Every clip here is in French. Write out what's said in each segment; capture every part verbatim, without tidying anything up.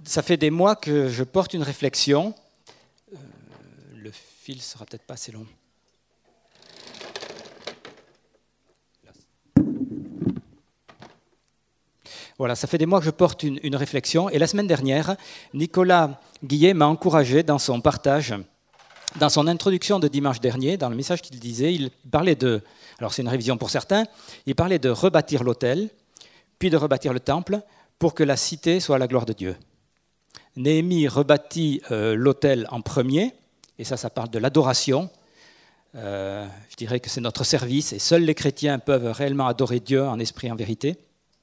ça fait des mois que je porte une réflexion. Euh, le fil sera peut-être pas assez long. Voilà, ça fait des mois que je porte une, une réflexion. Et la semaine dernière, Nicolas Guillet m'a encouragé dans son partage, dans son introduction de dimanche dernier, dans le message qu'il disait, il parlait de, alors c'est une révision pour certains, il parlait de rebâtir l'autel, puis de rebâtir le temple, pour que la cité soit à la gloire de Dieu. Néhémie rebâtit euh, l'autel en premier, et ça, ça parle de l'adoration. Euh, je dirais que c'est notre service, et seuls les chrétiens peuvent réellement adorer Dieu en esprit et en vérité.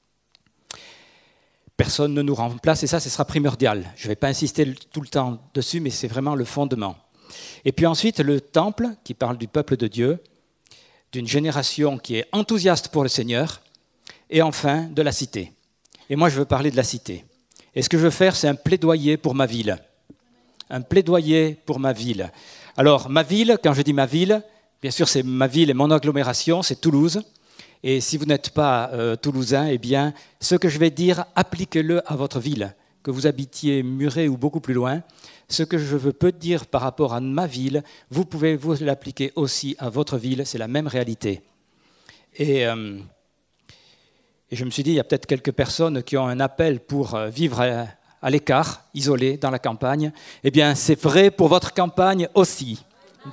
Personne ne nous remplace, et ça, ce sera primordial. Je ne vais pas insister tout le temps dessus, mais c'est vraiment le fondement. Et puis ensuite, le temple, qui parle du peuple de Dieu, d'une génération qui est enthousiaste pour le Seigneur, et enfin, de la cité. Et moi, je veux parler de la cité. Et ce que je veux faire, c'est un plaidoyer pour ma ville. Un plaidoyer pour ma ville. Alors, ma ville, quand je dis ma ville, bien sûr, c'est ma ville et mon agglomération, c'est Toulouse. Et si vous n'êtes pas euh, toulousain, eh bien, ce que je vais dire, appliquez-le à votre ville, que vous habitiez Muret ou beaucoup plus loin. Ce que je veux peu dire par rapport à ma ville, vous pouvez vous l'appliquer aussi à votre ville, c'est la même réalité. Et, euh, et je me suis dit, il y a peut-être quelques personnes qui ont un appel pour vivre à, à l'écart, isolés, dans la campagne. Eh bien, c'est vrai pour votre campagne aussi. D'accord ?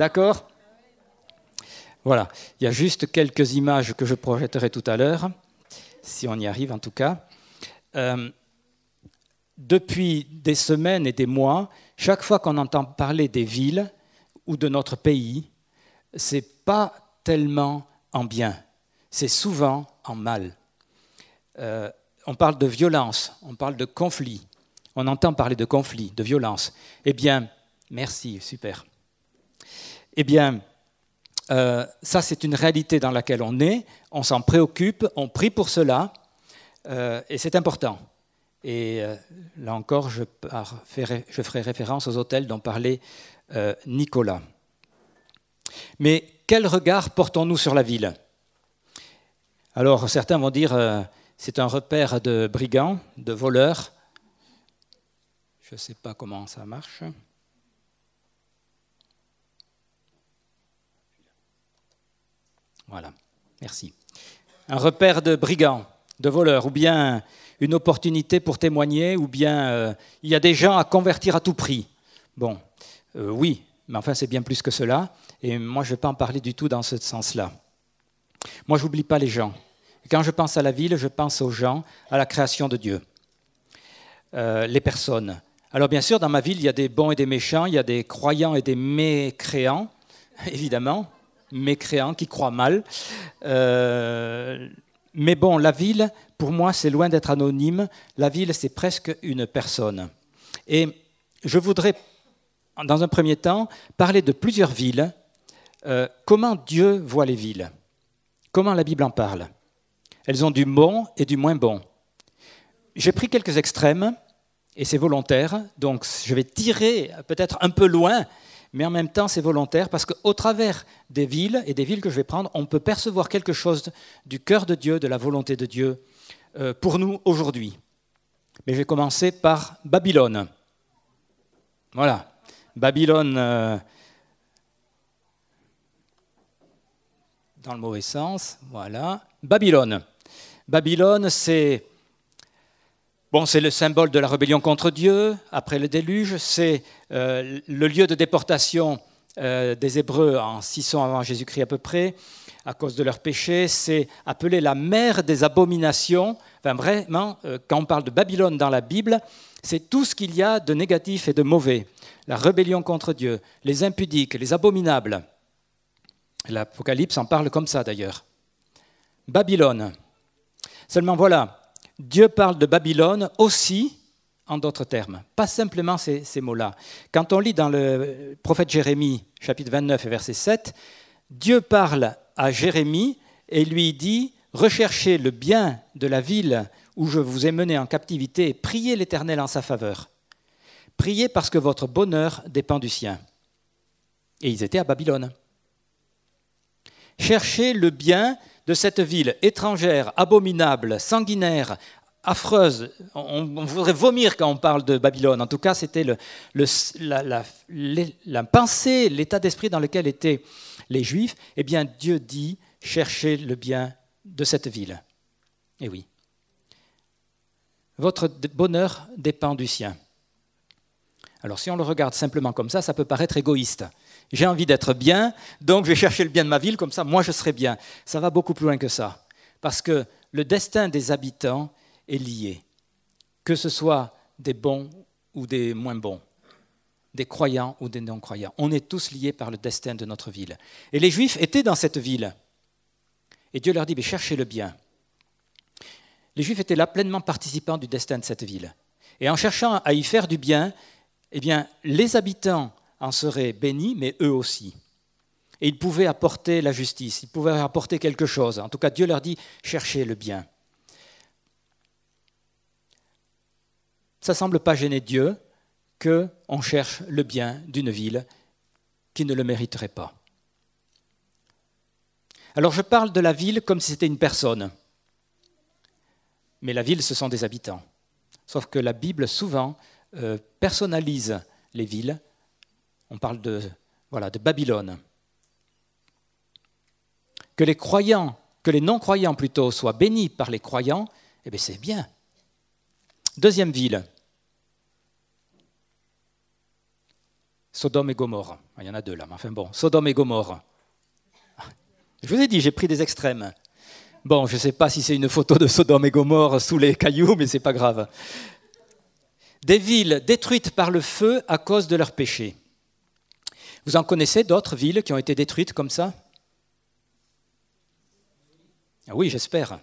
Voilà, il y a juste quelques images que je projetterai tout à l'heure, si on y arrive en tout cas. Euh, depuis des semaines et des mois, chaque fois qu'on entend parler des villes ou de notre pays, ce n'est pas tellement en bien, c'est souvent en mal. Euh, on parle de violence, on parle de conflit, on entend parler de conflit, de violence. Eh bien, merci, super. Eh bien, Euh, ça, c'est une réalité dans laquelle on est, on s'en préoccupe, on prie pour cela, euh, et c'est important. Et euh, là encore, je, par, je ferai référence aux hôtels dont parlait euh, Nicolas. Mais quel regard portons-nous sur la ville ? Alors, certains vont dire euh, c'est un repère de brigands, de voleurs. Je ne sais pas comment ça marche. Voilà, merci. Un repère de brigands, de voleurs, ou bien une opportunité pour témoigner, ou bien euh, il y a des gens à convertir à tout prix. Bon, euh, oui, mais enfin c'est bien plus que cela, et moi je ne vais pas en parler du tout dans ce sens-là. Moi je n'oublie pas les gens. Quand je pense à la ville, je pense aux gens, à la création de Dieu, euh, les personnes. Alors bien sûr, dans ma ville, il y a des bons et des méchants, il y a des croyants et des mécréants, évidemment, mécréants qui croient mal. Euh, mais bon, la ville, pour moi, c'est loin d'être anonyme. La ville, c'est presque une personne. Et je voudrais, dans un premier temps, parler de plusieurs villes. Euh, comment Dieu voit les villes ? Comment la Bible en parle ? Elles ont du bon et du moins bon. J'ai pris quelques extrêmes, et c'est volontaire, donc je vais tirer peut-être un peu loin, mais en même temps, c'est volontaire parce qu'au travers des villes et des villes que je vais prendre, on peut percevoir quelque chose du cœur de Dieu, de la volonté de Dieu pour nous aujourd'hui. Mais je vais commencer par Babylone. Voilà, Babylone euh, dans le mauvais sens, voilà. Babylone. Babylone, c'est... Bon, c'est le symbole de la rébellion contre Dieu, après le déluge, c'est euh, le lieu de déportation euh, des Hébreux en six cents avant Jésus-Christ à peu près, à cause de leurs péchés, c'est appelé la mère des abominations. Enfin vraiment, euh, quand on parle de Babylone dans la Bible, c'est tout ce qu'il y a de négatif et de mauvais. La rébellion contre Dieu, les impudiques, les abominables. L'Apocalypse en parle comme ça d'ailleurs. Babylone. Seulement voilà, Dieu parle de Babylone aussi en d'autres termes, pas simplement ces, ces mots-là. Quand on lit dans le prophète Jérémie, chapitre vingt-neuf et verset sept, Dieu parle à Jérémie et lui dit « Recherchez le bien de la ville où je vous ai mené en captivité et priez l'Éternel en sa faveur. Priez parce que votre bonheur dépend du sien. » Et ils étaient à Babylone. Cherchez le bien de cette ville étrangère, abominable, sanguinaire, affreuse. On, on voudrait vomir quand on parle de Babylone. En tout cas, c'était le, le, la, la, la pensée, l'état d'esprit dans lequel étaient les Juifs. Eh bien, Dieu dit, cherchez le bien de cette ville. Eh oui. Votre bonheur dépend du sien. Alors, si on le regarde simplement comme ça, ça peut paraître égoïste. J'ai envie d'être bien, donc je vais chercher le bien de ma ville, comme ça, moi, je serai bien. Ça va beaucoup plus loin que ça. Parce que le destin des habitants est lié, que ce soit des bons ou des moins bons, des croyants ou des non-croyants. On est tous liés par le destin de notre ville. Et les Juifs étaient dans cette ville. Et Dieu leur dit, mais cherchez le bien. Les Juifs étaient là pleinement participants du destin de cette ville. Et en cherchant à y faire du bien, eh bien, les habitants en seraient bénis, mais eux aussi. Et ils pouvaient apporter la justice, ils pouvaient apporter quelque chose. En tout cas, Dieu leur dit, cherchez le bien. Ça ne semble pas gêner Dieu qu'on cherche le bien d'une ville qui ne le mériterait pas. Alors je parle de la ville comme si c'était une personne. Mais la ville, ce sont des habitants. Sauf que la Bible, souvent, euh, personnalise les villes. On parle de, voilà, de Babylone. Que les croyants, que les non-croyants plutôt, soient bénis par les croyants, eh bien c'est bien. Deuxième ville. Sodome et Gomorrhe. Il y en a deux là, mais enfin bon, Sodome et Gomorrhe. Je vous ai dit, j'ai pris des extrêmes. Bon, je ne sais pas si c'est une photo de Sodome et Gomorrhe sous les cailloux, mais ce n'est pas grave. Des villes détruites par le feu à cause de leurs péchés. Vous en connaissez d'autres villes qui ont été détruites comme ça? Ah oui, j'espère.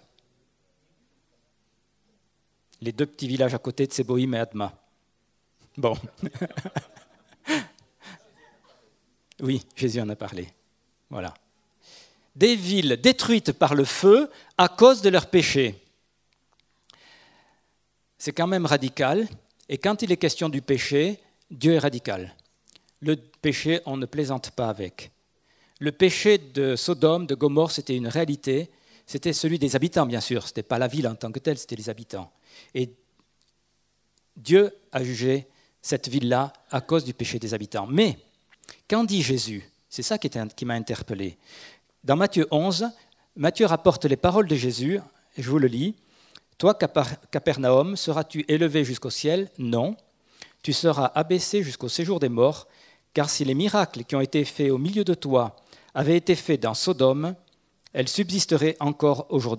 Les deux petits villages à côté de Seboïm et Adma. Bon. Oui, Jésus en a parlé. Voilà. Des villes détruites par le feu à cause de leurs péchés. C'est quand même radical. Et quand il est question du péché, Dieu est radical. Le péché, on ne plaisante pas avec. Le péché de Sodome, de Gomorrhe, c'était une réalité. C'était celui des habitants, bien sûr. Ce n'était pas la ville en tant que telle, c'était les habitants. Et Dieu a jugé cette ville-là à cause du péché des habitants. Mais, qu'en dit Jésus? C'est ça qui, est, qui m'a interpellé. Dans Matthieu onze, Matthieu rapporte les paroles de Jésus, et je vous le lis. « Toi, Capernaum, seras-tu élevé jusqu'au ciel? Non. Tu seras abaissé jusqu'au séjour des morts, car si les miracles qui ont été faits au milieu de toi avaient été faits dans Sodome, elles subsisteraient encore aujourd'hui. »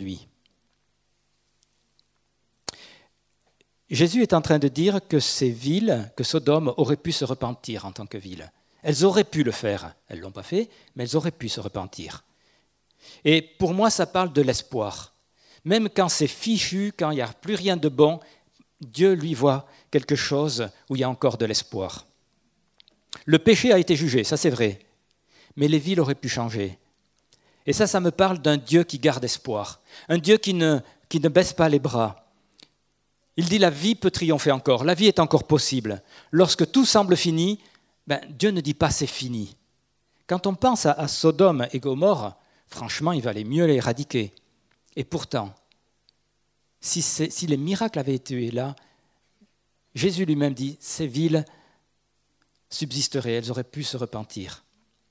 Jésus est en train de dire que ces villes, que Sodome aurait pu se repentir en tant que ville. Elles auraient pu le faire. Elles ne l'ont pas fait, mais elles auraient pu se repentir. Et pour moi, ça parle de l'espoir. Même quand c'est fichu, quand il n'y a plus rien de bon, Dieu lui voit quelque chose où il y a encore de l'espoir. Le péché a été jugé, ça c'est vrai, mais les villes auraient pu changer. Et ça, ça me parle d'un Dieu qui garde espoir, un Dieu qui ne, qui ne baisse pas les bras. Il dit la vie peut triompher encore, la vie est encore possible. Lorsque tout semble fini, ben, Dieu ne dit pas c'est fini. Quand on pense à, à Sodome et Gomorrhe, franchement, il valait mieux les éradiquer. Et pourtant, si, si les miracles avaient été là, Jésus lui-même dit, ces villes subsisteraient, elles auraient pu se repentir.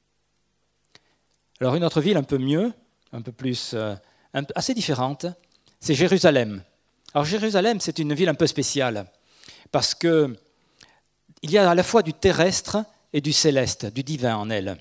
Alors une autre ville un peu mieux, un peu plus, euh, un, assez différente, c'est Jérusalem. Alors Jérusalem, c'est une ville un peu spéciale, parce qu'il y a à la fois du terrestre et du céleste, du divin en elle.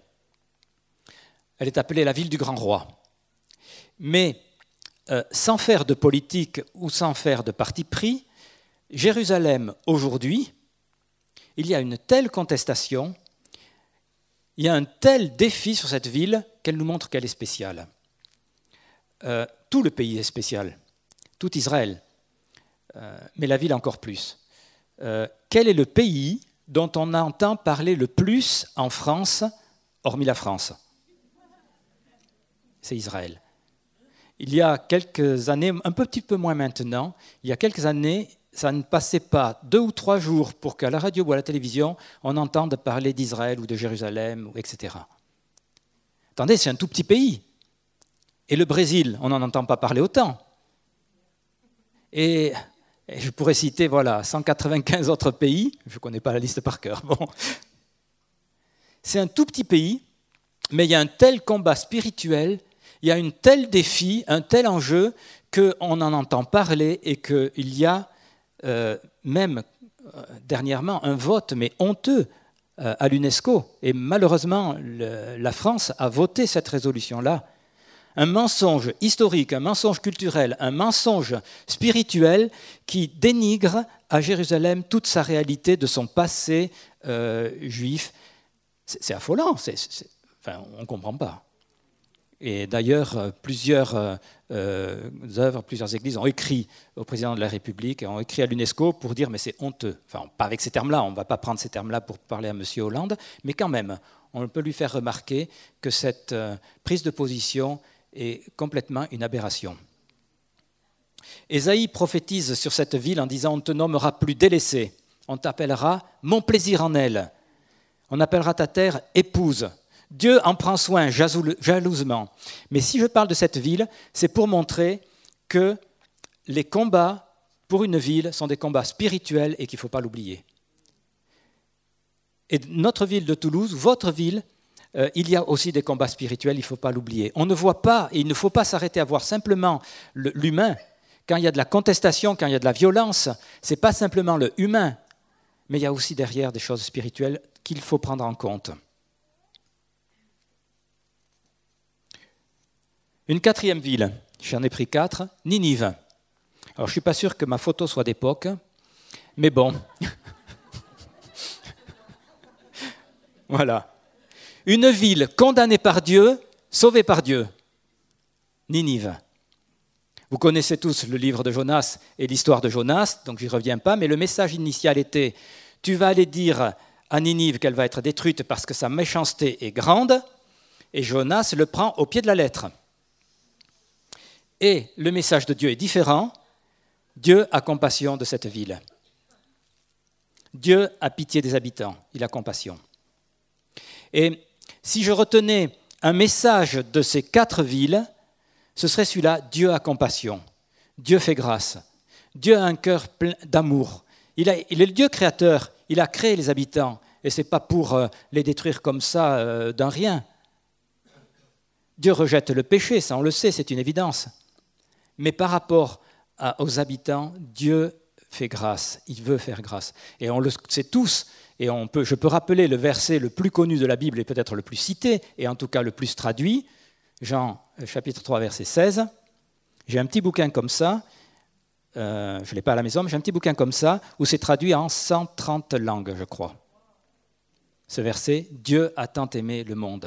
Elle est appelée la ville du grand roi. Mais euh, sans faire de politique ou sans faire de parti pris, Jérusalem, aujourd'hui, il y a une telle contestation, il y a un tel défi sur cette ville qu'elle nous montre qu'elle est spéciale. Euh, tout le pays est spécial, tout Israël, euh, mais la ville encore plus. Euh, quel est le pays dont on entend parler le plus en France, hormis la France? C'est Israël. Il y a quelques années, un petit peu moins maintenant, il y a quelques années, ça ne passait pas deux ou trois jours pour qu'à la radio ou à la télévision, on entende parler d'Israël ou de Jérusalem, et cetera. Attendez, c'est un tout petit pays. Et le Brésil, on n'en entend pas parler autant. Et Et je pourrais citer voilà, cent quatre-vingt-quinze autres pays, je ne connais pas la liste par cœur. Bon. C'est un tout petit pays, mais il y a un tel combat spirituel, il y a un tel défi, un tel enjeu, qu'on en entend parler et qu'il y a euh, même euh, dernièrement un vote, mais honteux, euh, à l'UNESCO. Et malheureusement, le, la France a voté cette résolution-là. Un mensonge historique, un mensonge culturel, un mensonge spirituel qui dénigre à Jérusalem toute sa réalité de son passé euh, juif. C'est, c'est affolant, c'est, c'est, enfin, on ne comprend pas. Et d'ailleurs, plusieurs euh, œuvres, plusieurs églises ont écrit au président de la République, ont écrit à l'UNESCO pour dire mais c'est honteux. Enfin, pas avec ces termes-là, on ne va pas prendre ces termes-là pour parler à M. Hollande, mais quand même, on peut lui faire remarquer que cette euh, prise de position est complètement une aberration. Ésaïe prophétise sur cette ville en disant « On ne te nommera plus délaissé, on t'appellera mon plaisir en elle, on appellera ta terre épouse ». Dieu en prend soin jalousement. Mais si je parle de cette ville, c'est pour montrer que les combats pour une ville sont des combats spirituels et qu'il ne faut pas l'oublier. Et notre ville de Toulouse, votre ville, euh, il y a aussi des combats spirituels, il ne faut pas l'oublier. On ne voit pas, et il ne faut pas s'arrêter à voir simplement le, l'humain. Quand il y a de la contestation, quand il y a de la violence, ce n'est pas simplement le humain, mais il y a aussi derrière des choses spirituelles qu'il faut prendre en compte. Une quatrième ville, j'en ai pris quatre, Ninive. Alors je ne suis pas sûr que ma photo soit d'époque, mais bon. Voilà. Une ville condamnée par Dieu, sauvée par Dieu. Ninive. Vous connaissez tous le livre de Jonas et l'histoire de Jonas, donc je n'y reviens pas, mais le message initial était « Tu vas aller dire à Ninive qu'elle va être détruite parce que sa méchanceté est grande », et Jonas le prend au pied de la lettre. Et le message de Dieu est différent. Dieu a compassion de cette ville. Dieu a pitié des habitants, il a compassion. Et si je retenais un message de ces quatre villes, ce serait celui-là, Dieu a compassion, Dieu fait grâce, Dieu a un cœur plein d'amour. Il, a, il est le Dieu créateur, il a créé les habitants, et ce n'est pas pour euh, les détruire comme ça euh, d'un rien. Dieu rejette le péché, ça on le sait, c'est une évidence. Mais par rapport à, aux habitants, Dieu fait grâce, il veut faire grâce. Et on le sait tous, et on peut, je peux rappeler le verset le plus connu de la Bible et peut-être le plus cité, et en tout cas le plus traduit, Jean chapitre trois, verset seize. J'ai un petit bouquin comme ça, euh, je ne l'ai pas à la maison, mais j'ai un petit bouquin comme ça, où c'est traduit en cent trente langues, je crois. Ce verset, « Dieu a tant aimé le monde ».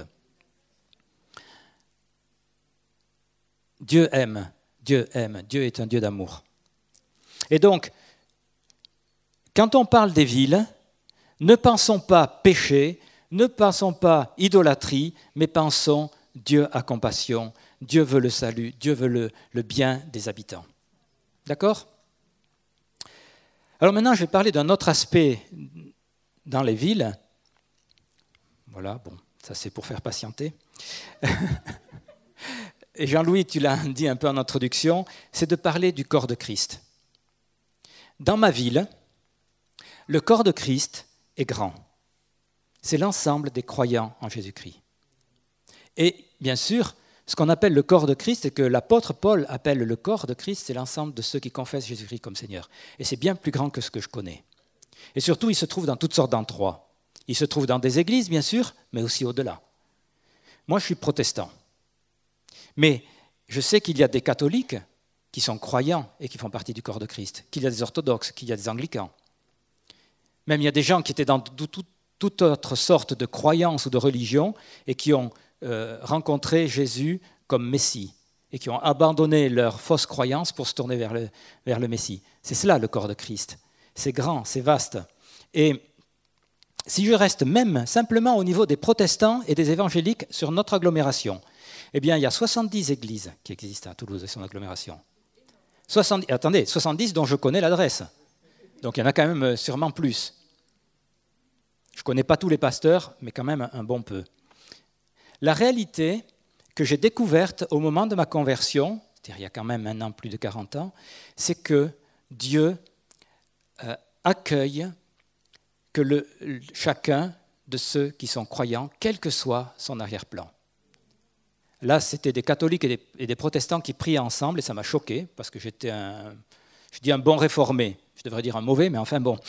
Dieu aime. Dieu aime, Dieu est un Dieu d'amour. Et donc, quand on parle des villes, ne pensons pas péché, ne pensons pas idolâtrie, mais pensons Dieu a compassion, Dieu veut le salut, Dieu veut le, le bien des habitants. D'accord ? Alors maintenant, je vais parler d'un autre aspect dans les villes. Voilà, bon, ça c'est pour faire patienter. Et Jean-Louis, tu l'as dit un peu en introduction, c'est de parler du corps de Christ. Dans ma ville, le corps de Christ est grand. C'est l'ensemble des croyants en Jésus-Christ. Et bien sûr, ce qu'on appelle le corps de Christ, et que l'apôtre Paul appelle le corps de Christ, c'est l'ensemble de ceux qui confessent Jésus-Christ comme Seigneur. Et c'est bien plus grand que ce que je connais. Et surtout, il se trouve dans toutes sortes d'endroits. Il se trouve dans des églises, bien sûr, mais aussi au-delà. Moi, je suis protestant. Mais je sais qu'il y a des catholiques qui sont croyants et qui font partie du corps de Christ, qu'il y a des orthodoxes, qu'il y a des anglicans. Même il y a des gens qui étaient dans toute autre sorte de croyance ou de religion et qui ont euh, rencontré Jésus comme Messie et qui ont abandonné leur fausse croyance pour se tourner vers le, vers le Messie. C'est cela le corps de Christ. C'est grand, c'est vaste. Et si je reste même simplement au niveau des protestants et des évangéliques sur notre agglomération, eh bien, il y a soixante-dix églises qui existent à Toulouse et son agglomération. soixante, attendez, soixante-dix dont je connais l'adresse. Donc, il y en a quand même sûrement plus. Je ne connais pas tous les pasteurs, mais quand même un bon peu. La réalité que j'ai découverte au moment de ma conversion, c'est-à-dire il y a quand même maintenant plus de quarante ans, c'est que Dieu euh, accueille que le, chacun de ceux qui sont croyants, quel que soit son arrière-plan. Là, c'était des catholiques et des, et des protestants qui priaient ensemble, et ça m'a choqué, parce que j'étais un, je dis un bon réformé, je devrais dire un mauvais, mais enfin bon.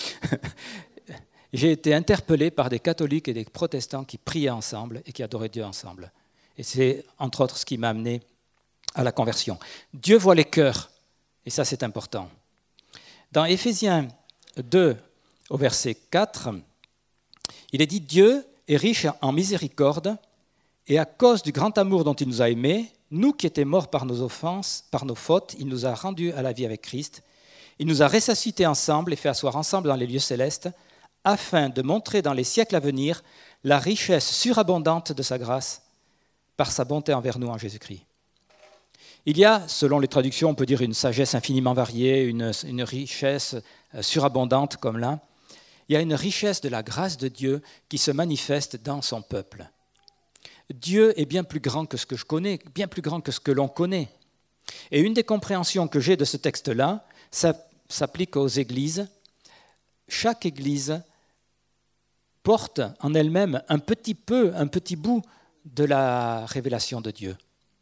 J'ai été interpellé par des catholiques et des protestants qui priaient ensemble et qui adoraient Dieu ensemble. Et c'est, entre autres, ce qui m'a amené à la conversion. Dieu voit les cœurs, et ça, c'est important. Dans Éphésiens deux, au verset quatre, il est dit « Dieu est riche en miséricorde, et à cause du grand amour dont il nous a aimés, nous qui étions morts par nos offenses, par nos fautes, il nous a rendus à la vie avec Christ. Il nous a ressuscités ensemble et fait asseoir ensemble dans les lieux célestes, afin de montrer dans les siècles à venir la richesse surabondante de sa grâce par sa bonté envers nous en Jésus-Christ. » Il y a, selon les traductions, on peut dire une sagesse infiniment variée, une, une richesse surabondante comme là. Il y a une richesse de la grâce de Dieu qui se manifeste dans son peuple. Dieu est bien plus grand que ce que je connais, bien plus grand que ce que l'on connaît. Et une des compréhensions que j'ai de ce texte-là, ça s'applique aux églises. Chaque église porte en elle-même un petit peu, un petit bout de la révélation de Dieu.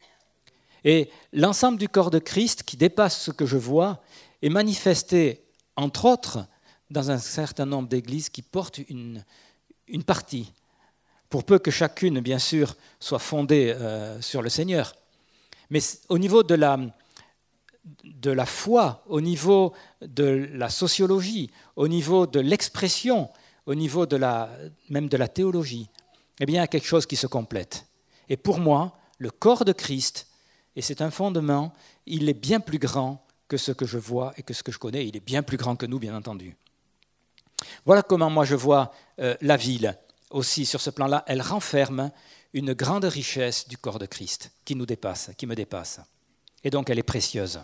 Et l'ensemble du corps de Christ, qui dépasse ce que je vois, est manifesté, entre autres, dans un certain nombre d'églises qui portent une, une partie, pour peu que chacune, bien sûr, soit fondée euh, sur le Seigneur. Mais au niveau de la, de la foi, au niveau de la sociologie, au niveau de l'expression, au niveau de la, même de la théologie, eh bien, il y a quelque chose qui se complète. Et pour moi, le corps de Christ, et c'est un fondement, il est bien plus grand que ce que je vois et que ce que je connais. Il est bien plus grand que nous, bien entendu. Voilà comment moi je vois euh, la ville aussi sur ce plan-là. Elle renferme une grande richesse du corps de Christ qui nous dépasse, qui me dépasse. Et donc elle est précieuse.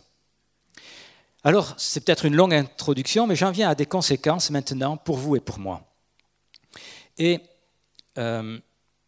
Alors c'est peut-être une longue introduction, mais j'en viens à des conséquences maintenant pour vous et pour moi. Et euh,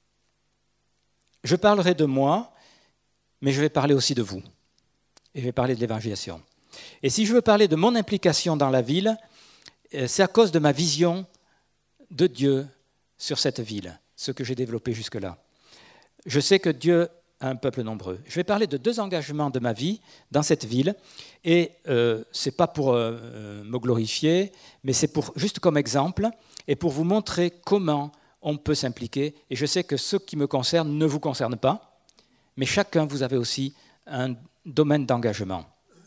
je parlerai de moi, mais je vais parler aussi de vous. Et je vais parler de l'évangélisation. Et si je veux parler de mon implication dans la ville, c'est à cause de ma vision de Dieu sur cette ville, ce que j'ai développé jusque-là. Je sais que Dieu a un peuple nombreux. Je vais parler de deux engagements de ma vie dans cette ville, et euh, ce n'est pas pour euh, me glorifier, mais c'est pour, juste comme exemple, et pour vous montrer comment on peut s'impliquer. Et je sais que ce qui me concerne ne vous concerne pas, mais chacun, vous avez aussi un domaine d'engagement.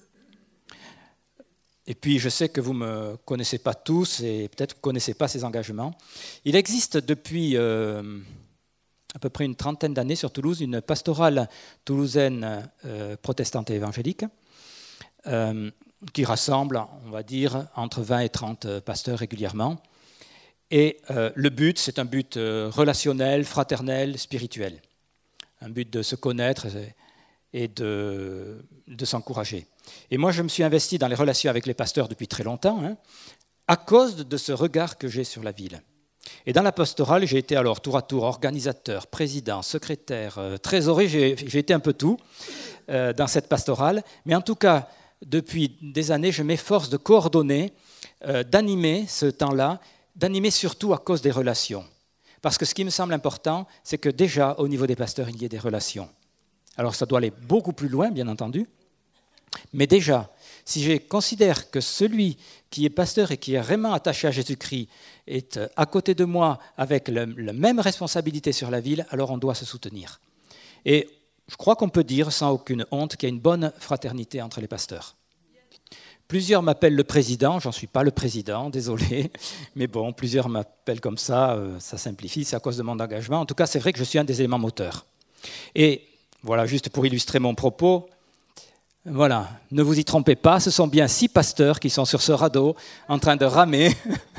Et puis, je sais que vous ne me connaissez pas tous et peut-être que vous ne connaissez pas ces engagements. Il existe depuis euh, à peu près une trentaine d'années sur Toulouse une pastorale toulousaine euh, protestante et évangélique euh, qui rassemble, on va dire, entre vingt et trente pasteurs régulièrement. Et euh, le but, c'est un but euh, relationnel, fraternel, spirituel. Un but de se connaître et de, de s'encourager. Et moi, je me suis investi dans les relations avec les pasteurs depuis très longtemps, hein, à cause de ce regard que j'ai sur la ville. Et dans la pastorale, j'ai été alors tour à tour organisateur, président, secrétaire, euh, trésorier, j'ai, j'ai été un peu tout euh, dans cette pastorale. Mais en tout cas, depuis des années, je m'efforce de coordonner, euh, d'animer ce temps-là, d'animer surtout à cause des relations. Parce que ce qui me semble important, c'est que déjà, au niveau des pasteurs, il y ait des relations. Alors ça doit aller beaucoup plus loin, bien entendu, mais déjà, si je considère que celui qui est pasteur et qui est vraiment attaché à Jésus-Christ est à côté de moi avec le, la même responsabilité sur la ville, alors on doit se soutenir. Et je crois qu'on peut dire, sans aucune honte, qu'il y a une bonne fraternité entre les pasteurs. Plusieurs m'appellent le président, j'en suis pas le président, désolé, mais bon, plusieurs m'appellent comme ça, ça simplifie, c'est à cause de mon engagement. En tout cas, c'est vrai que je suis un des éléments moteurs. Et voilà, juste pour illustrer mon propos, voilà, ne vous y trompez pas, ce sont bien six pasteurs qui sont sur ce radeau en train de ramer.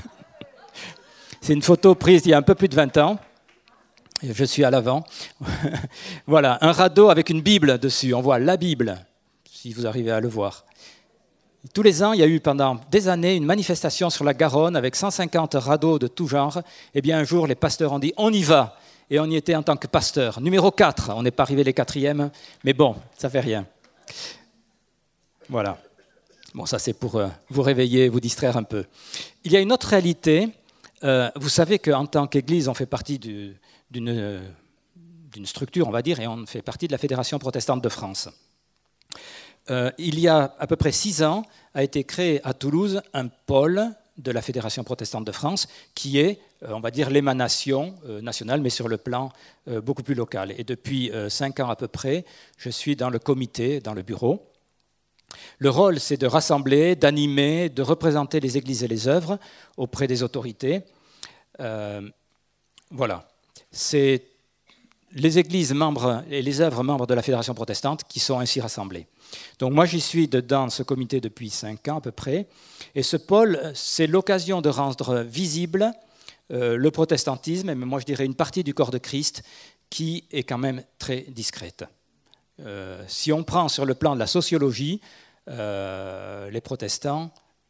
C'est une photo prise il y a un peu plus de vingt ans. Je suis à l'avant. Voilà, un radeau avec une Bible dessus. On voit la Bible, si vous arrivez à le voir. Tous les ans, il y a eu pendant des années une manifestation sur la Garonne avec cent cinquante radeaux de tout genre. Eh bien, un jour, les pasteurs ont dit « on y va ». Et on y était en tant que pasteur. Numéro quatre, on n'est pas arrivé les quatrièmes, mais bon, ça fait rien. Voilà. Bon, ça c'est pour euh, vous réveiller, vous distraire un peu. Il y a une autre réalité. Euh, vous savez qu'en tant qu'Église, on fait partie du, d'une, euh, d'une structure, on va dire, et on fait partie de la Fédération protestante de France. Euh, il y a à peu près six ans, a été créé à Toulouse un pôle de la Fédération protestante de France, qui est, euh, on va dire, l'émanation euh, nationale, mais sur le plan euh, beaucoup plus local. Et depuis euh, cinq ans à peu près, je suis dans le comité, dans le bureau. Le rôle, c'est de rassembler, d'animer, de représenter les églises et les œuvres auprès des autorités. Euh, voilà. C'est les églises membres et les œuvres membres de la Fédération protestante qui sont ainsi rassemblées. Donc moi, j'y suis dans ce comité depuis cinq ans à peu près. Et ce pôle, c'est l'occasion de rendre visible euh, le protestantisme, mais moi je dirais une partie du corps de Christ qui est quand même très discrète. Euh, si on prend sur le plan de la sociologie, euh, les protestants,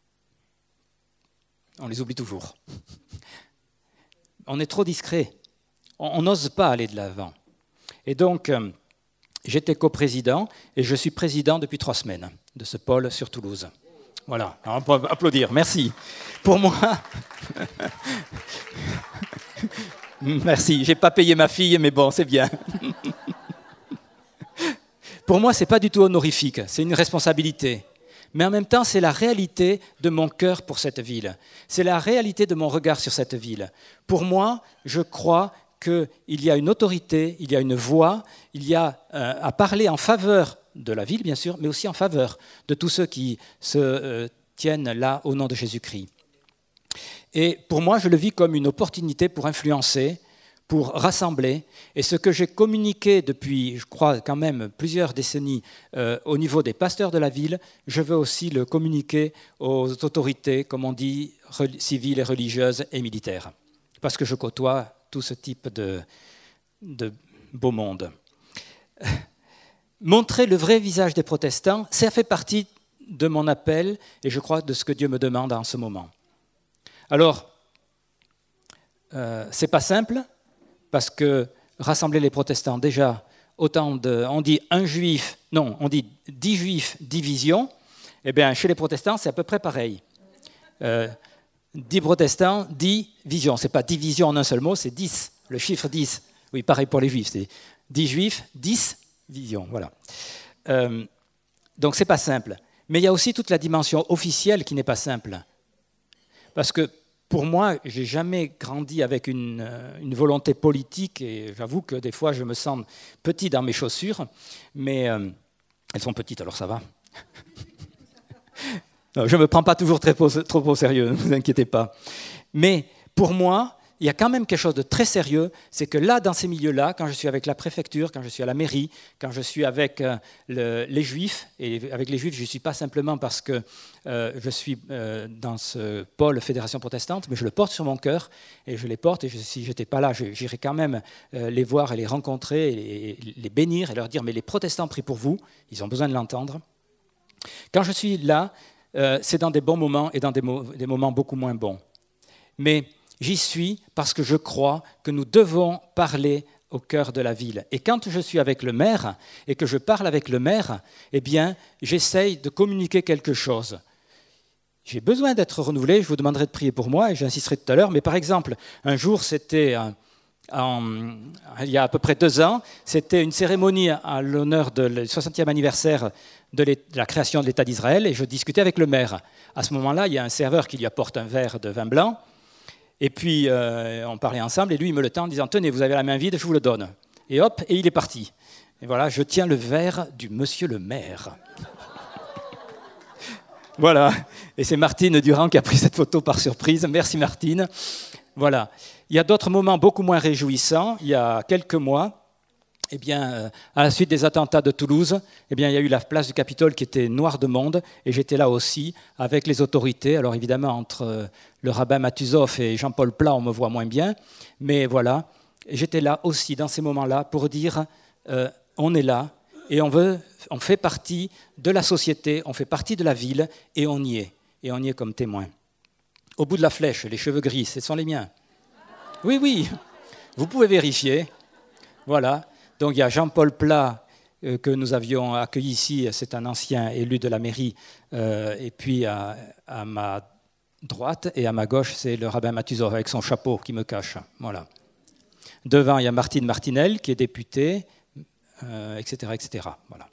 on les oublie toujours. On est trop discret. On n'ose pas aller de l'avant. Et donc, euh, j'étais coprésident et je suis président depuis trois semaines de ce pôle sur Toulouse. Voilà, on peut applaudir, merci. Pour moi, merci, je n'ai pas payé ma fille, mais bon, c'est bien. Pour moi, ce n'est pas du tout honorifique, c'est une responsabilité. Mais en même temps, c'est la réalité de mon cœur pour cette ville. C'est la réalité de mon regard sur cette ville. Pour moi, je crois qu'il y a une autorité, il y a une voix, il y a euh, à parler en faveur de la ville, bien sûr, mais aussi en faveur de tous ceux qui se euh, tiennent là au nom de Jésus-Christ. Et pour moi, je le vis comme une opportunité pour influencer, pour rassembler. Et ce que j'ai communiqué depuis, je crois, quand même plusieurs décennies euh, au niveau des pasteurs de la ville, je veux aussi le communiquer aux autorités, comme on dit, civiles et religieuses et militaires. Parce que je côtoie tout ce type de, de beau monde. Montrer le vrai visage des protestants, ça fait partie de mon appel et je crois de ce que Dieu me demande en ce moment. Alors, euh, ce n'est pas simple, parce que rassembler les protestants, déjà, autant de, on dit un juif, non, on dit dix juifs, dix visions, eh bien, chez les protestants, c'est à peu près pareil. Euh, dix protestants, dix visions. Ce n'est pas dix visions en un seul mot, c'est dix, le chiffre dix. Oui, pareil pour les juifs, c'est dix juifs, dix visions, voilà. Euh, donc, ce n'est pas simple. Mais il y a aussi toute la dimension officielle qui n'est pas simple. Parce que, pour moi, je n'ai jamais grandi avec une, une volonté politique, et j'avoue que des fois, je me sens petit dans mes chaussures, mais euh, elles sont petites, alors ça va. Non, je ne me prends pas toujours très, trop au sérieux, ne vous inquiétez pas. Mais pour moi, il y a quand même quelque chose de très sérieux, c'est que là, dans ces milieux-là, quand je suis avec la préfecture, quand je suis à la mairie, quand je suis avec euh, le, les Juifs, et avec les Juifs, je ne suis pas simplement parce que euh, je suis euh, dans ce pôle Fédération protestante, mais je le porte sur mon cœur, et je les porte, et je, si je n'étais pas là, j'irais quand même euh, les voir et les rencontrer, et les, les bénir, et leur dire, mais les protestants prient pour vous, ils ont besoin de l'entendre. Quand je suis là, euh, c'est dans des bons moments et dans des, mo- des moments beaucoup moins bons. Mais j'y suis parce que je crois que nous devons parler au cœur de la ville. Et quand je suis avec le maire et que je parle avec le maire, eh bien, j'essaye de communiquer quelque chose. J'ai besoin d'être renouvelé, je vous demanderai de prier pour moi et j'insisterai tout à l'heure, mais par exemple, un jour, c'était, en, il y a à peu près deux ans, c'était une cérémonie à l'honneur du soixantième anniversaire de la création de l'État d'Israël et je discutais avec le maire. À ce moment-là, il y a un serveur qui lui apporte un verre de vin blanc. Et puis, euh, on parlait ensemble, et lui, il me le tend en disant « Tenez, vous avez la main vide, je vous le donne. » Et hop, et il est parti. Et voilà, je tiens le verre du monsieur le maire. Voilà, et c'est Martine Durand qui a pris cette photo par surprise. Merci Martine. Voilà. Il y a d'autres moments beaucoup moins réjouissants. Il y a quelques mois, eh bien, à la suite des attentats de Toulouse, eh bien, il y a eu la place du Capitole qui était noire de monde, et j'étais là aussi avec les autorités. Alors évidemment, entre le rabbin Matuzov et Jean-Paul Plat, on me voit moins bien, mais voilà, j'étais là aussi dans ces moments-là pour dire euh, on est là et on veut, on fait partie de la société, on fait partie de la ville et on y est, et on y est comme témoin. Au bout de la flèche, les cheveux gris, ce sont les miens. Oui, oui, vous pouvez vérifier. Voilà. Donc il y a Jean-Paul Plat euh, que nous avions accueilli ici, c'est un ancien élu de la mairie, euh, et puis à, à ma droite et à ma gauche, c'est le rabbin Matuzov avec son chapeau qui me cache. Voilà. Devant, il y a Martine Martinel qui est députée, euh, et cetera, et cetera. Voilà.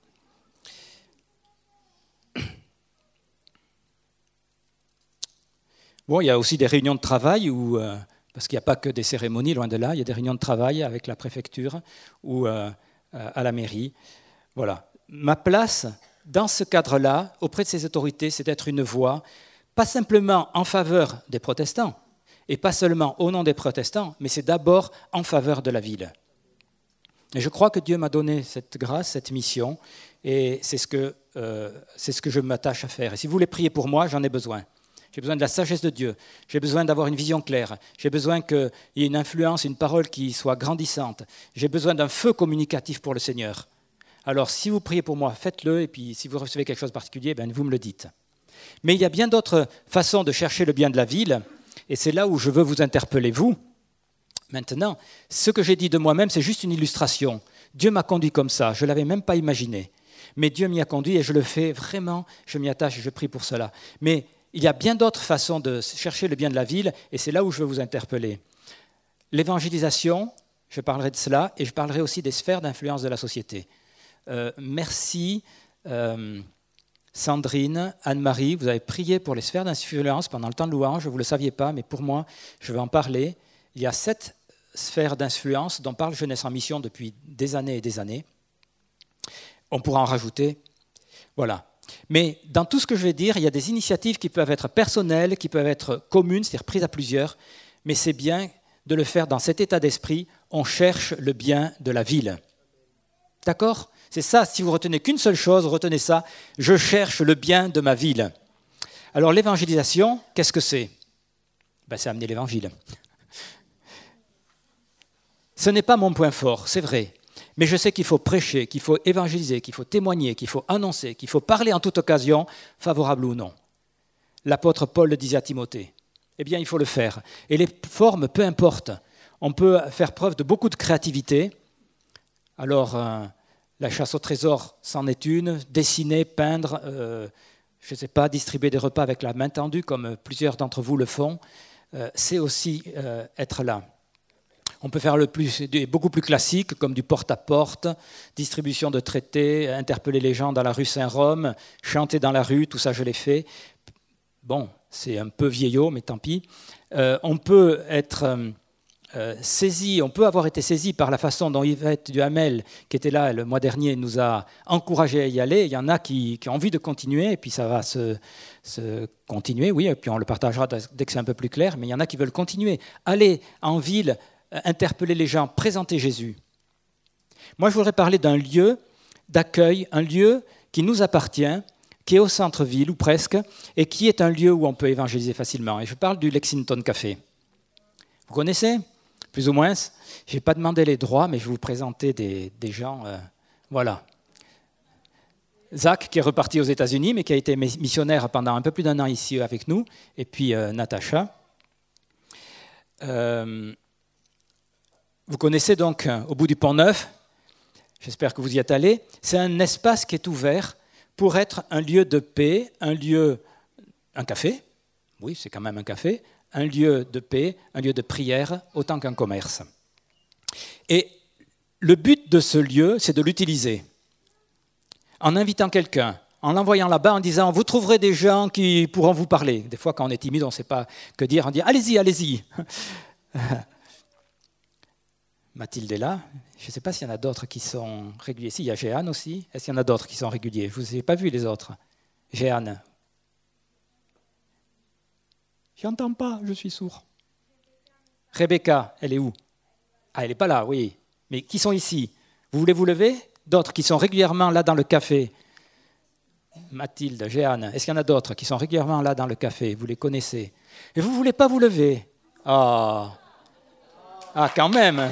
Bon, il y a aussi des réunions de travail où, euh, parce qu'il n'y a pas que des cérémonies, loin de là, il y a des réunions de travail avec la préfecture ou euh, à la mairie. Voilà. Ma place, dans ce cadre-là, auprès de ces autorités, c'est d'être une voix, pas simplement en faveur des protestants, et pas seulement au nom des protestants, mais c'est d'abord en faveur de la ville. Et je crois que Dieu m'a donné cette grâce, cette mission, et c'est ce que, euh, c'est ce que je m'attache à faire. Et si vous voulez prier pour moi, j'en ai besoin. J'ai besoin de la sagesse de Dieu, j'ai besoin d'avoir une vision claire, j'ai besoin qu'il y ait une influence, une parole qui soit grandissante, j'ai besoin d'un feu communicatif pour le Seigneur. Alors si vous priez pour moi, faites-le, et puis si vous recevez quelque chose de particulier, ben, vous me le dites. Mais il y a bien d'autres façons de chercher le bien de la ville, et c'est là où je veux vous interpeller, vous. Maintenant, ce que j'ai dit de moi-même, c'est juste une illustration. Dieu m'a conduit comme ça, je ne l'avais même pas imaginé. Mais Dieu m'y a conduit et je le fais vraiment, je m'y attache et je prie pour cela. Mais il y a bien d'autres façons de chercher le bien de la ville, et c'est là où je veux vous interpeller. L'évangélisation, je parlerai de cela, et je parlerai aussi des sphères d'influence de la société. Euh, merci euh, Sandrine, Anne-Marie, vous avez prié pour les sphères d'influence pendant le temps de louange, vous ne le saviez pas, mais pour moi, je vais en parler. Il y a sept sphères d'influence dont parle Jeunesse en Mission depuis des années et des années. On pourra en rajouter. Voilà. Mais dans tout ce que je vais dire, il y a des initiatives qui peuvent être personnelles, qui peuvent être communes, c'est-à-dire prises à plusieurs, mais c'est bien de le faire dans cet état d'esprit, on cherche le bien de la ville. D'accord ? C'est ça, si vous retenez qu'une seule chose, retenez ça, je cherche le bien de ma ville. Alors l'évangélisation, qu'est-ce que c'est ? Ben, c'est amener l'évangile. Ce n'est pas mon point fort, c'est vrai. Mais je sais qu'il faut prêcher, qu'il faut évangéliser, qu'il faut témoigner, qu'il faut annoncer, qu'il faut parler en toute occasion, favorable ou non. L'apôtre Paul le disait à Timothée. Eh bien, il faut le faire. Et les formes, peu importe. On peut faire preuve de beaucoup de créativité. Alors, euh, la chasse au trésor, c'en est une. Dessiner, peindre, euh, je ne sais pas, distribuer des repas avec la main tendue, comme plusieurs d'entre vous le font, euh, c'est aussi euh, être là. On peut faire le plus, beaucoup plus classique, comme du porte-à-porte, distribution de traités, interpeller les gens dans la rue Saint-Rome, chanter dans la rue, tout ça je l'ai fait. Bon, c'est un peu vieillot, mais tant pis. Euh, on peut être euh, saisi, on peut avoir été saisi par la façon dont Yvette Duhamel, qui était là le mois dernier, nous a encouragés à y aller. Il y en a qui, qui ont envie de continuer, et puis ça va se, se continuer, oui, et puis on le partagera dès que c'est un peu plus clair, mais il y en a qui veulent continuer. Aller en ville, interpeller les gens, présenter Jésus. Moi, je voudrais parler d'un lieu d'accueil, un lieu qui nous appartient, qui est au centre-ville, ou presque, et qui est un lieu où on peut évangéliser facilement. Et je parle du Lexington Café. Vous connaissez ? Plus ou moins. Je n'ai pas demandé les droits, mais je vais vous présenter des, des gens. Euh, voilà. Zach, qui est reparti aux États-Unis, mais qui a été missionnaire pendant un peu plus d'un an ici avec nous, et puis euh, Natacha. Euh, Vous connaissez donc, au bout du Pont-Neuf, j'espère que vous y êtes allés, c'est un espace qui est ouvert pour être un lieu de paix, un lieu, un café, oui, c'est quand même un café, un lieu de paix, un lieu de prière, autant qu'un commerce. Et le but de ce lieu, c'est de l'utiliser. En invitant quelqu'un, en l'envoyant là-bas, en disant « vous trouverez des gens qui pourront vous parler ». Des fois, quand on est timide, on ne sait pas que dire, on dit « allez-y, allez-y ». Mathilde est là. Je ne sais pas s'il y en a d'autres qui sont réguliers. Si, il y a Jeanne aussi. Est-ce qu'il y en a d'autres qui sont réguliers ? Je ne vous ai pas vu les autres. Jeanne. Je n'entends pas, je suis sourd. Rebecca, elle est où ? Ah, elle n'est pas là, oui. Mais qui sont ici ? Vous voulez vous lever ? D'autres qui sont régulièrement là dans le café. Mathilde, Jeanne. Est-ce qu'il y en a d'autres qui sont régulièrement là dans le café ? Vous les connaissez. Et vous ne voulez pas vous lever ? Ah, oh. Ah, quand même.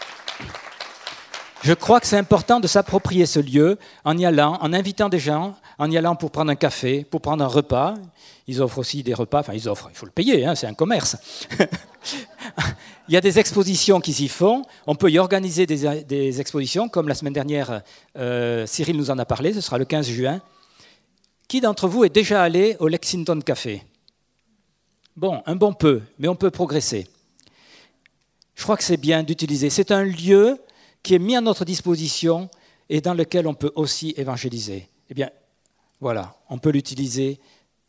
Je crois que c'est important de s'approprier ce lieu en y allant, en invitant des gens en y allant pour prendre un café, pour prendre un repas. Ils offrent aussi des repas, enfin ils offrent, il faut le payer, hein, c'est un commerce. Il y a des expositions qui s'y font, on peut y organiser des, des expositions, comme la semaine dernière, euh, Cyril nous en a parlé, ce sera le quinze juin. Qui d'entre vous est déjà allé au Lexington Café? Bon, un bon peu, mais on peut progresser. Je crois que c'est bien d'utiliser. C'est un lieu qui est mis à notre disposition et dans lequel on peut aussi évangéliser. Eh bien, voilà, on peut l'utiliser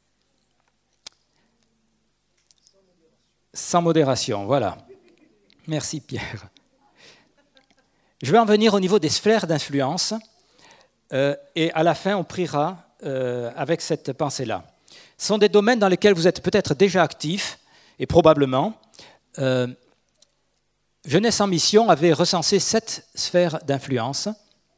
sans modération. Voilà. Merci Pierre. Je vais en venir au niveau des sphères d'influence euh, et à la fin, on priera euh, avec cette pensée-là. Ce sont des domaines dans lesquels vous êtes peut-être déjà actifs et probablement. Euh, Jeunesse en mission avait recensé sept sphères d'influence.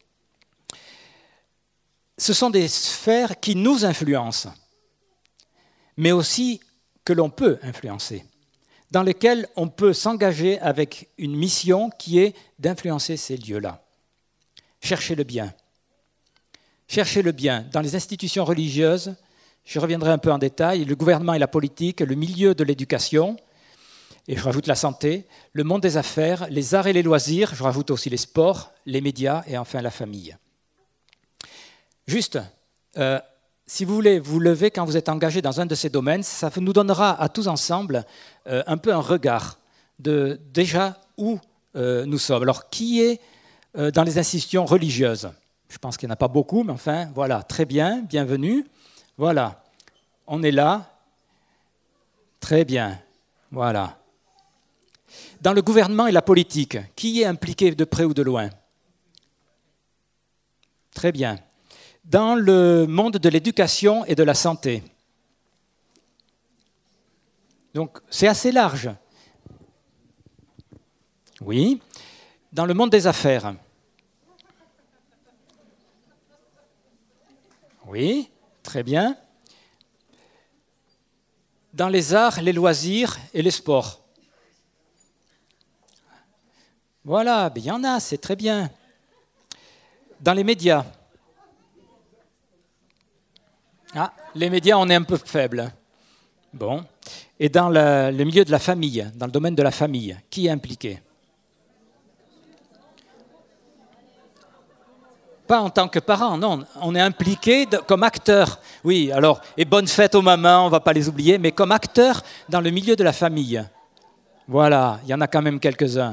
Ce sont des sphères qui nous influencent, mais aussi que l'on peut influencer, dans lesquelles on peut s'engager avec une mission qui est d'influencer ces lieux-là. Chercher le bien. Chercher le bien dans les institutions religieuses, je reviendrai un peu en détail, le gouvernement et la politique, le milieu de l'éducation, et je rajoute la santé, le monde des affaires, les arts et les loisirs, je rajoute aussi les sports, les médias et enfin la famille. Juste, euh, si vous voulez vous lever quand vous êtes engagé dans un de ces domaines, ça nous donnera à tous ensemble euh, un peu un regard de déjà où euh, nous sommes. Alors, qui est euh, dans les institutions religieuses? Je pense qu'il n'y en a pas beaucoup, mais enfin, voilà, très bien, bienvenue. Voilà, on est là. Très bien, voilà. Dans le gouvernement et la politique, qui est impliqué de près ou de loin? Très bien. Dans le monde de l'éducation et de la santé. Donc, c'est assez large. Oui. Dans le monde des affaires. Oui, très bien. Dans les arts, les loisirs et les sports. Voilà, il y en a, c'est très bien. Dans les médias. Ah, les médias, on est un peu faible. Bon. Et dans le, le milieu de la famille, dans le domaine de la famille, qui est impliqué? Pas en tant que parent, non. On est impliqué de, comme acteur. Oui, alors, et bonne fête aux mamans, on ne va pas les oublier, mais comme acteur dans le milieu de la famille. Voilà, il y en a quand même quelques-uns.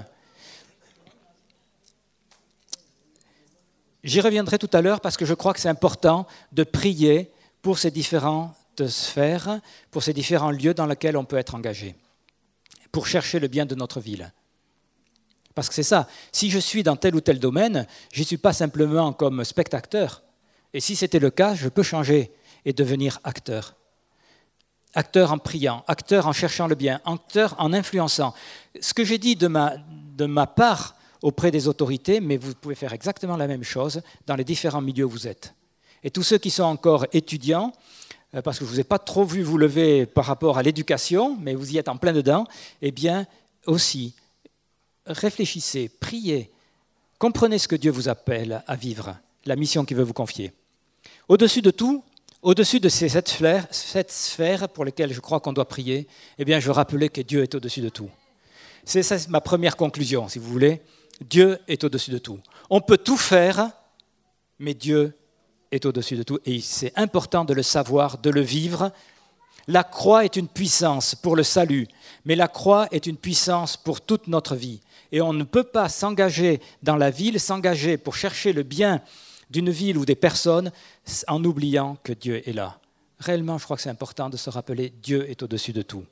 J'y reviendrai tout à l'heure parce que je crois que c'est important de prier pour ces différentes sphères, pour ces différents lieux dans lesquels on peut être engagé, pour chercher le bien de notre ville. Parce que c'est ça, si je suis dans tel ou tel domaine, je ne suis pas simplement comme spectateur. Et si c'était le cas, je peux changer et devenir acteur. Acteur en priant, acteur en cherchant le bien, acteur en influençant. Ce que j'ai dit de ma, de ma part auprès des autorités, mais vous pouvez faire exactement la même chose dans les différents milieux où vous êtes. Et tous ceux qui sont encore étudiants, parce que je ne vous ai pas trop vu vous lever par rapport à l'éducation, mais vous y êtes en plein dedans, eh bien aussi, réfléchissez, priez, comprenez ce que Dieu vous appelle à vivre, la mission qu'il veut vous confier. Au-dessus de tout, au-dessus de ces sept sphères, sept sphères pour lesquelles je crois qu'on doit prier, eh bien je veux rappeler que Dieu est au-dessus de tout. C'est ça ma première conclusion, si vous voulez. Dieu est au-dessus de tout. On peut tout faire, mais Dieu est au-dessus de tout. Et c'est important de le savoir, de le vivre. La croix est une puissance pour le salut, mais la croix est une puissance pour toute notre vie. Et on ne peut pas s'engager dans la ville, s'engager pour chercher le bien d'une ville ou des personnes en oubliant que Dieu est là. Réellement, je crois que c'est important de se rappeler Dieu est au-dessus de tout.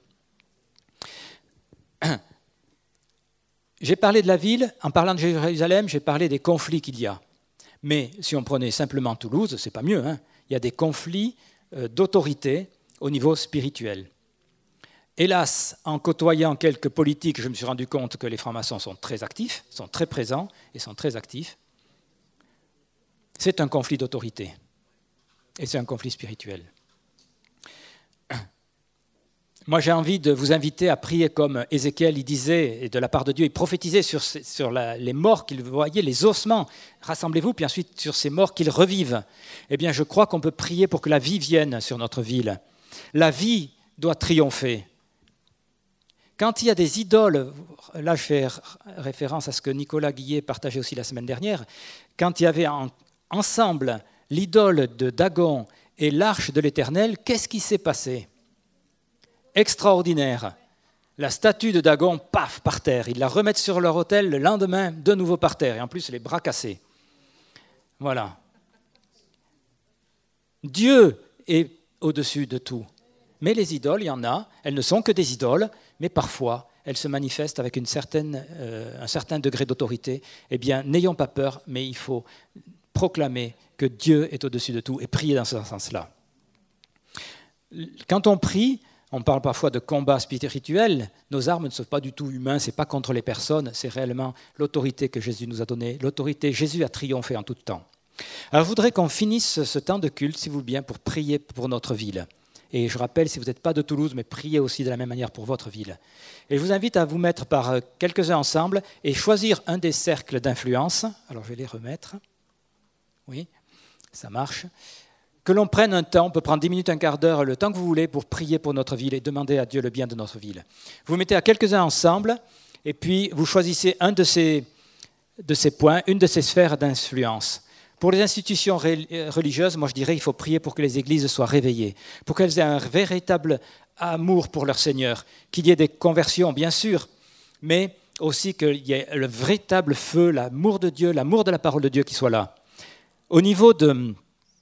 J'ai parlé de la ville, en parlant de Jérusalem, j'ai parlé des conflits qu'il y a. Mais si on prenait simplement Toulouse, c'est pas mieux, hein. Il y a des conflits euh, d'autorité au niveau spirituel. Hélas, en côtoyant quelques politiques, je me suis rendu compte que les francs-maçons sont très actifs, sont très présents et sont très actifs. C'est un conflit d'autorité et c'est un conflit spirituel. Moi, j'ai envie de vous inviter à prier comme Ézéchiel, il disait, et de la part de Dieu, il prophétisait sur, sur la, les morts qu'il voyait, les ossements. Rassemblez-vous, puis ensuite sur ces morts qu'ils revivent. Eh bien, je crois qu'on peut prier pour que la vie vienne sur notre ville. La vie doit triompher. Quand il y a des idoles, là je fais référence à ce que Nicolas Guillet partageait aussi la semaine dernière, quand il y avait en, ensemble l'idole de Dagon et l'arche de l'Éternel, qu'est-ce qui s'est passé ? Extraordinaire. La statue de Dagon, paf, par terre. Ils la remettent sur leur autel, le lendemain, de nouveau par terre. Et en plus, les bras cassés. Voilà. Dieu est au-dessus de tout. Mais les idoles, il y en a. Elles ne sont que des idoles, mais parfois, elles se manifestent avec une certaine, euh, un certain degré d'autorité. Eh bien, n'ayons pas peur, mais il faut proclamer que Dieu est au-dessus de tout et prier dans ce sens-là. Quand on prie, on parle parfois de combat spirituel. Nos armes ne sont pas du tout humaines, ce n'est pas contre les personnes, c'est réellement l'autorité que Jésus nous a donnée. L'autorité, Jésus a triomphé en tout temps. Alors je voudrais qu'on finisse ce temps de culte, si vous voulez bien, pour prier pour notre ville. Et je rappelle, si vous n'êtes pas de Toulouse, mais priez aussi de la même manière pour votre ville. Et je vous invite à vous mettre par quelques-uns ensemble et choisir un des cercles d'influence. Alors je vais les remettre. Oui, ça marche. Que l'on prenne un temps, on peut prendre dix minutes, un quart d'heure, le temps que vous voulez pour prier pour notre ville et demander à Dieu le bien de notre ville. Vous vous mettez à quelques-uns ensemble et puis vous choisissez un de ces, de ces points, une de ces sphères d'influence. Pour les institutions religieuses, moi je dirais qu'il faut prier pour que les églises soient réveillées, pour qu'elles aient un véritable amour pour leur Seigneur, qu'il y ait des conversions, bien sûr, mais aussi qu'il y ait le véritable feu, l'amour de Dieu, l'amour de la parole de Dieu qui soit là. Au niveau de...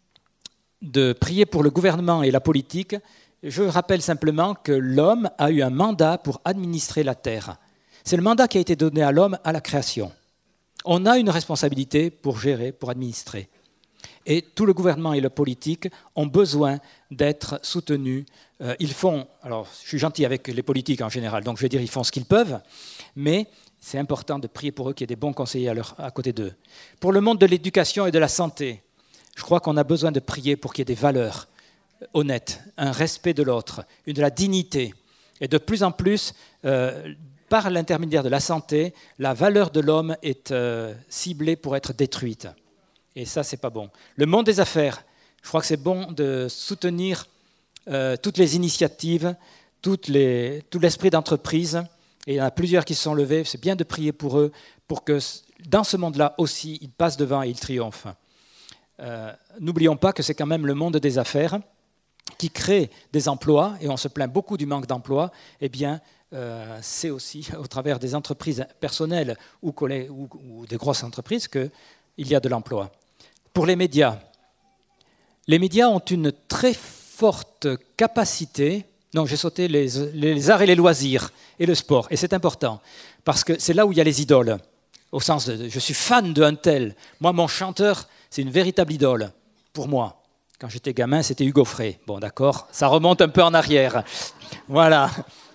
de prier pour le gouvernement et la politique, je rappelle simplement que l'homme a eu un mandat pour administrer la terre. C'est le mandat qui a été donné à l'homme à la création. On a une responsabilité pour gérer, pour administrer. Et tout le gouvernement et la politique ont besoin d'être soutenus. Euh, ils font, alors je suis gentil avec les politiques en général, donc je vais dire ils font ce qu'ils peuvent, mais c'est important de prier pour eux qu'il y ait des bons conseillers à, leur, à côté d'eux. Pour le monde de l'éducation et de la santé, je crois qu'on a besoin de prier pour qu'il y ait des valeurs honnêtes, un respect de l'autre, une de la dignité. Et de plus en plus, euh, par l'intermédiaire de la santé, la valeur de l'homme est euh, ciblée pour être détruite. Et ça, c'est pas bon. Le monde des affaires, je crois que c'est bon de soutenir euh, toutes les initiatives, toutes les, tout l'esprit d'entreprise. Et il y en a plusieurs qui se sont levés. C'est bien de prier pour eux, pour que dans ce monde-là aussi, ils passent devant et ils triomphent. Euh, n'oublions pas que c'est quand même le monde des affaires qui crée des emplois, et on se plaint beaucoup du manque d'emplois. Eh bien, euh, c'est aussi au travers des entreprises personnelles ou, ou, ou des grosses entreprises qu'il y a de l'emploi. Pour les médias, les médias ont une très forte capacité. Non, j'ai sauté les, les arts et les loisirs et le sport, et c'est important, parce que c'est là où il y a les idoles, au sens de « je suis fan d'un tel ». Moi, mon chanteur, c'est une véritable idole pour moi. Quand j'étais gamin, c'était Hugo Frey. Bon, d'accord, ça remonte un peu en arrière. Voilà.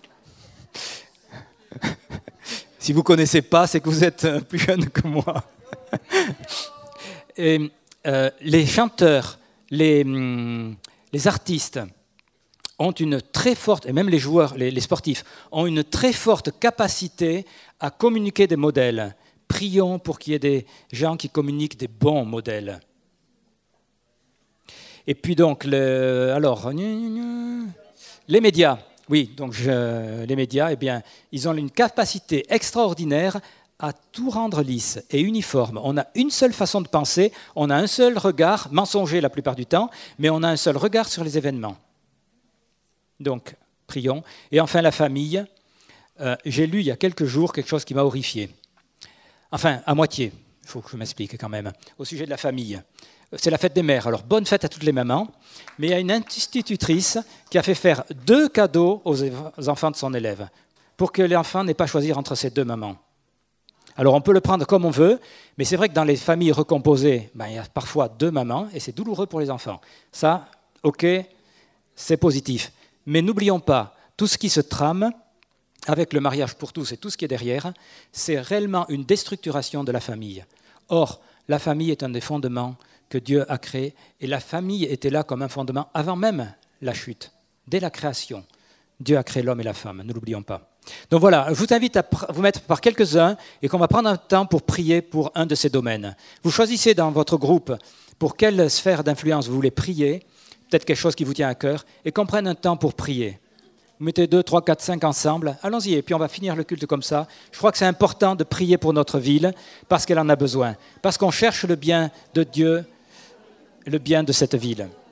Si vous ne connaissez pas, c'est que vous êtes plus jeune que moi. Et, euh, les chanteurs, les, hum, les artistes ont une très forte, et même les joueurs, les, les sportifs, ont une très forte capacité à communiquer des modèles. Prions pour qu'il y ait des gens qui communiquent des bons modèles. Et puis donc, le, alors, les médias. Oui, donc je, les médias, eh bien, ils ont une capacité extraordinaire à tout rendre lisse et uniforme. On a une seule façon de penser, on a un seul regard, mensonger la plupart du temps, mais on a un seul regard sur les événements. Donc, prions. Et enfin, la famille. Euh, j'ai lu il y a quelques jours quelque chose qui m'a horrifié. Enfin, à moitié, il faut que je m'explique quand même, au sujet de la famille. C'est la fête des mères. Alors, bonne fête à toutes les mamans. Mais il y a une institutrice qui a fait faire deux cadeaux aux enfants de son élève pour que l'enfant n'ait pas à choisir entre ces deux mamans. Alors, on peut le prendre comme on veut, mais c'est vrai que dans les familles recomposées, ben, il y a parfois deux mamans et c'est douloureux pour les enfants. Ça, ok, c'est positif. Mais n'oublions pas, tout ce qui se trame avec le mariage pour tous et tout ce qui est derrière, c'est réellement une déstructuration de la famille. Or, la famille est un des fondements que Dieu a créé, et la famille était là comme un fondement avant même la chute, dès la création. Dieu a créé l'homme et la femme, ne l'oublions pas. Donc voilà, je vous invite à vous mettre par quelques-uns et qu'on va prendre un temps pour prier pour un de ces domaines. Vous choisissez dans votre groupe pour quelle sphère d'influence vous voulez prier, peut-être quelque chose qui vous tient à cœur, et qu'on prenne un temps pour prier. Vous mettez deux, trois, quatre, cinq ensemble, allons-y, et puis on va finir le culte comme ça. Je crois que c'est important de prier pour notre ville, parce qu'elle en a besoin, parce qu'on cherche le bien de Dieu, le bien de cette ville.